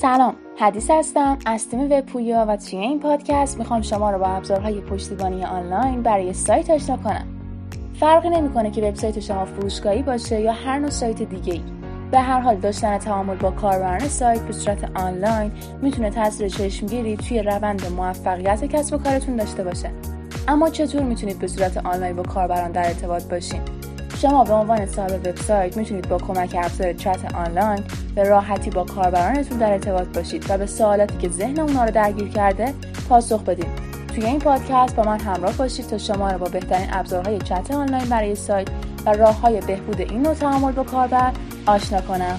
سلام، حدیث هستم از تیم وب پویا و توی این پادکست میخوام شما رو با ابزارهای پشتیبانی آنلاین برای سایت آشنا کنم. فرقی نمیکنه که وبسایت شما فروشگاهی باشه یا هر نوع سایت دیگه‌ای. به هر حال داشتن تعامل با کاربران سایت به صورت آنلاین میتونه تاثیر چشمگیری توی روند موفقیت کسب و کارتون داشته باشه. اما چطور میتونید به صورت آنلاین با کاربران در ارتباط باشین؟ شما به عنوان صاحب وبسایت میتونید با کمک ابزار چت آنلاین به راحتی با کاربرانتون در ارتباط باشید و به سوالاتی که ذهن اونا رو درگیر کرده پاسخ بدید. توی این پادکست با من همراه باشید تا شما رو با بهترین ابزارهای چت آنلاین برای سایت و راه‌های بهبود این نوع تعامل با کاربر آشنا کنم.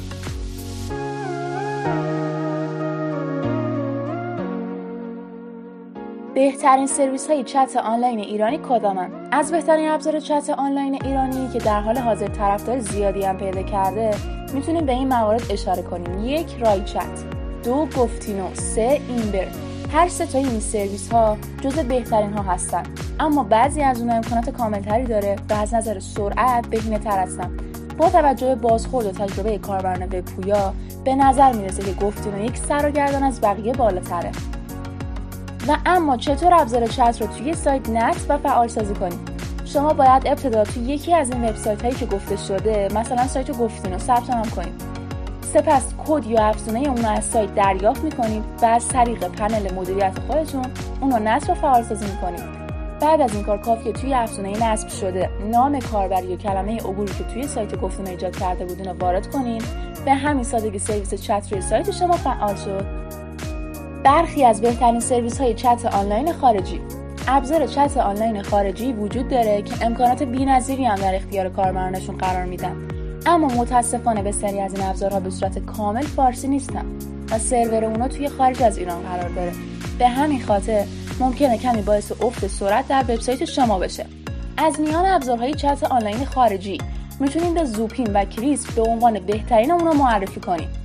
بهترین سرویس های چت آنلاین ایرانی کدامن؟ از بهترین ابزار چت آنلاین ایرانی که در حال حاضر طرفدار زیادی هم پیدا کرده میتونیم به این موارد اشاره کنیم: 1. رای چت، 2. گفتینو، 3. اینبر. هر سه تا این سرویس ها جزو بهترین ها هستن، اما بعضی از اونها امکانات کاملتری داره و از نظر سرعت بهینه تر هستن. با توجه به بازخورد و تجربه کاربران وب پویا به نظر میرسه که گفتینو یک سر و گردن از بقیه بالاتره. و اما چطور ابزار چت رو توی سایت نصب و فعال سازی کنیم؟ شما باید ابتدا توی یکی از این وبسایت هایی که گفته شده، مثلا سایت گفتینو، ثبت نام کنید. سپس کد یا افزونه اون رو از سایت دریافت می‌کنید و از طریق پنل مدیریت خودتون اون رو نصب و فعال سازی می‌کنید. بعد از این کار کافیه توی افزونه نصب شده نام کاربر یا کلمه عبوری که توی سایت گفتینو ایجاد کرده بودین رو وارد کنید. به همین سادگی سرویس چت روی سایت شما فعال شد. برخی از بهترین سرویس های چت آنلاین خارجی. ابزار چت آنلاین خارجی وجود داره که امکانات بی‌نظیری هم در اختیار کاربرانشون قرار میدن، اما متاسفانه بسیاری از این ابزارها به صورت کامل فارسی نیستن و سرور اونا توی خارج از ایران قرار داره. به همین خاطر ممکنه کمی باعث افت سرعت در وبسایت شما بشه. از میان ابزارهای چت آنلاین خارجی میتونید به زوپین و کریسپ به عنوان بهترین اونها معرفی کنید.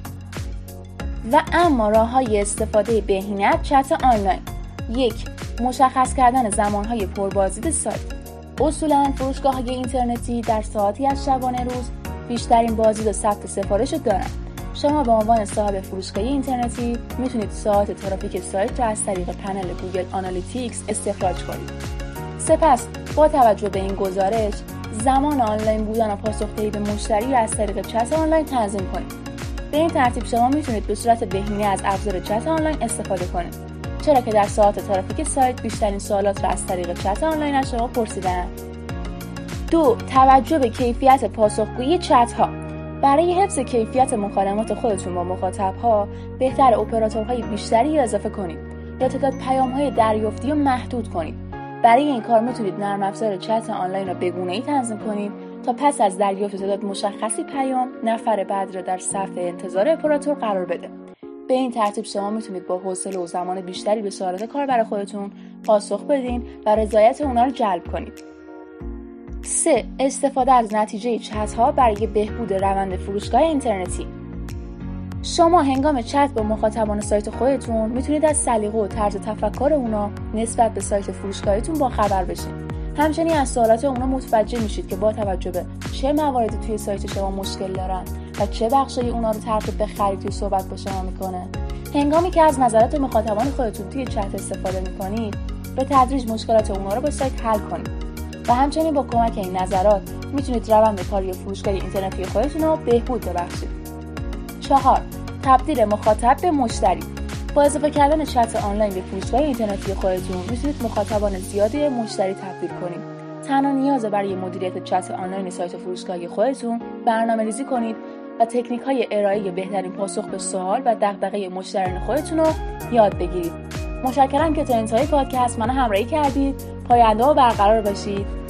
و اما راه‌های استفاده بهینه از چت آنلاین: 1. مشخص کردن زمانهای پربازدید سایت. اصولاً فروشگاه‌های اینترنتی در ساعاتی از شبانه روز بیشترین بازدید و ثبت سفارش رو دارن. شما به عنوان صاحب فروشگاه اینترنتی میتونید ساعات ترافیک سایت رو از طریق پنل گوگل آنالیتیکس استخراج کنید. سپس با توجه به این گزارش زمان آنلاین بودن و پاسخدهی به مشتری از طریق چت آنلاین تنظیم کنید. به این ترتیب شما میتونید به صورت بهینه از ابزار چت آنلاین استفاده کنید، چرا که در ساعات ترافیک سایت بیشترین سوالات را از طریق چت آنلاین از شما پرسیدن. 2. توجه به کیفیت پاسخگویی چت ها. برای حفظ کیفیت مکالمات خودتون با مخاطب ها بهتر اپراتورهای بیشتری اضافه کنید یا تعداد پیام های دریافتی رو محدود کنید. برای این کار میتونید نرم افزار چت آنلاین را به گونه‌ای تنظیم کنید تا پس از دریافت تعداد مشخصی پیام نفر بعد را در صف انتظار اپراتور قرار بده. به این ترتیب شما میتونید با حوصله و زمان بیشتری به سوالات کاربر خودتون پاسخ بدین و رضایت اونا رو جلب کنید. 3. استفاده از نتیجه چت ها برای بهبود روند فروشگاه اینترنتی. شما هنگام چت با مخاطبان سایت خودتون میتونید از سلیقه و طرز تفکر اونا نسبت به سایت فروشگاهتون با خبر بشین. همچنین از سوالات اونا متوجه میشید که با توجه به چه مواردی توی سایت شما مشکل دارن و چه بخشی اونا رو ترغیب به خرید توی صحبت با شما میکنه. هنگامی که از نظرات مخاطبان خودتون توی چت استفاده میکنید، به تدریج مشکلات اونا رو با سایت حل کنید و همچنین با کمک این نظرات میتونید روند کاری فروشگاه اینترنتی خودتون رو بهبود ببخشید. 4. تبدیل مخاطب به مشتری. با اضافه کردن چت آنلاین به فروشگاه اینترنتی خودتون میتونید مخاطبان زیادی مشتری تبدیل کنید. تنها نیاز برای مدیریت چت آنلاین سایت فروشگاه خودتون برنامه‌ریزی کنید و تکنیک‌های ارائه بهترین پاسخ به سوال و دغدغه مشتریان خودتون رو یاد بگیرید. متشکرم که تا انتهای پادکست منو همراهی کردید. پاینده و برقرار باشید.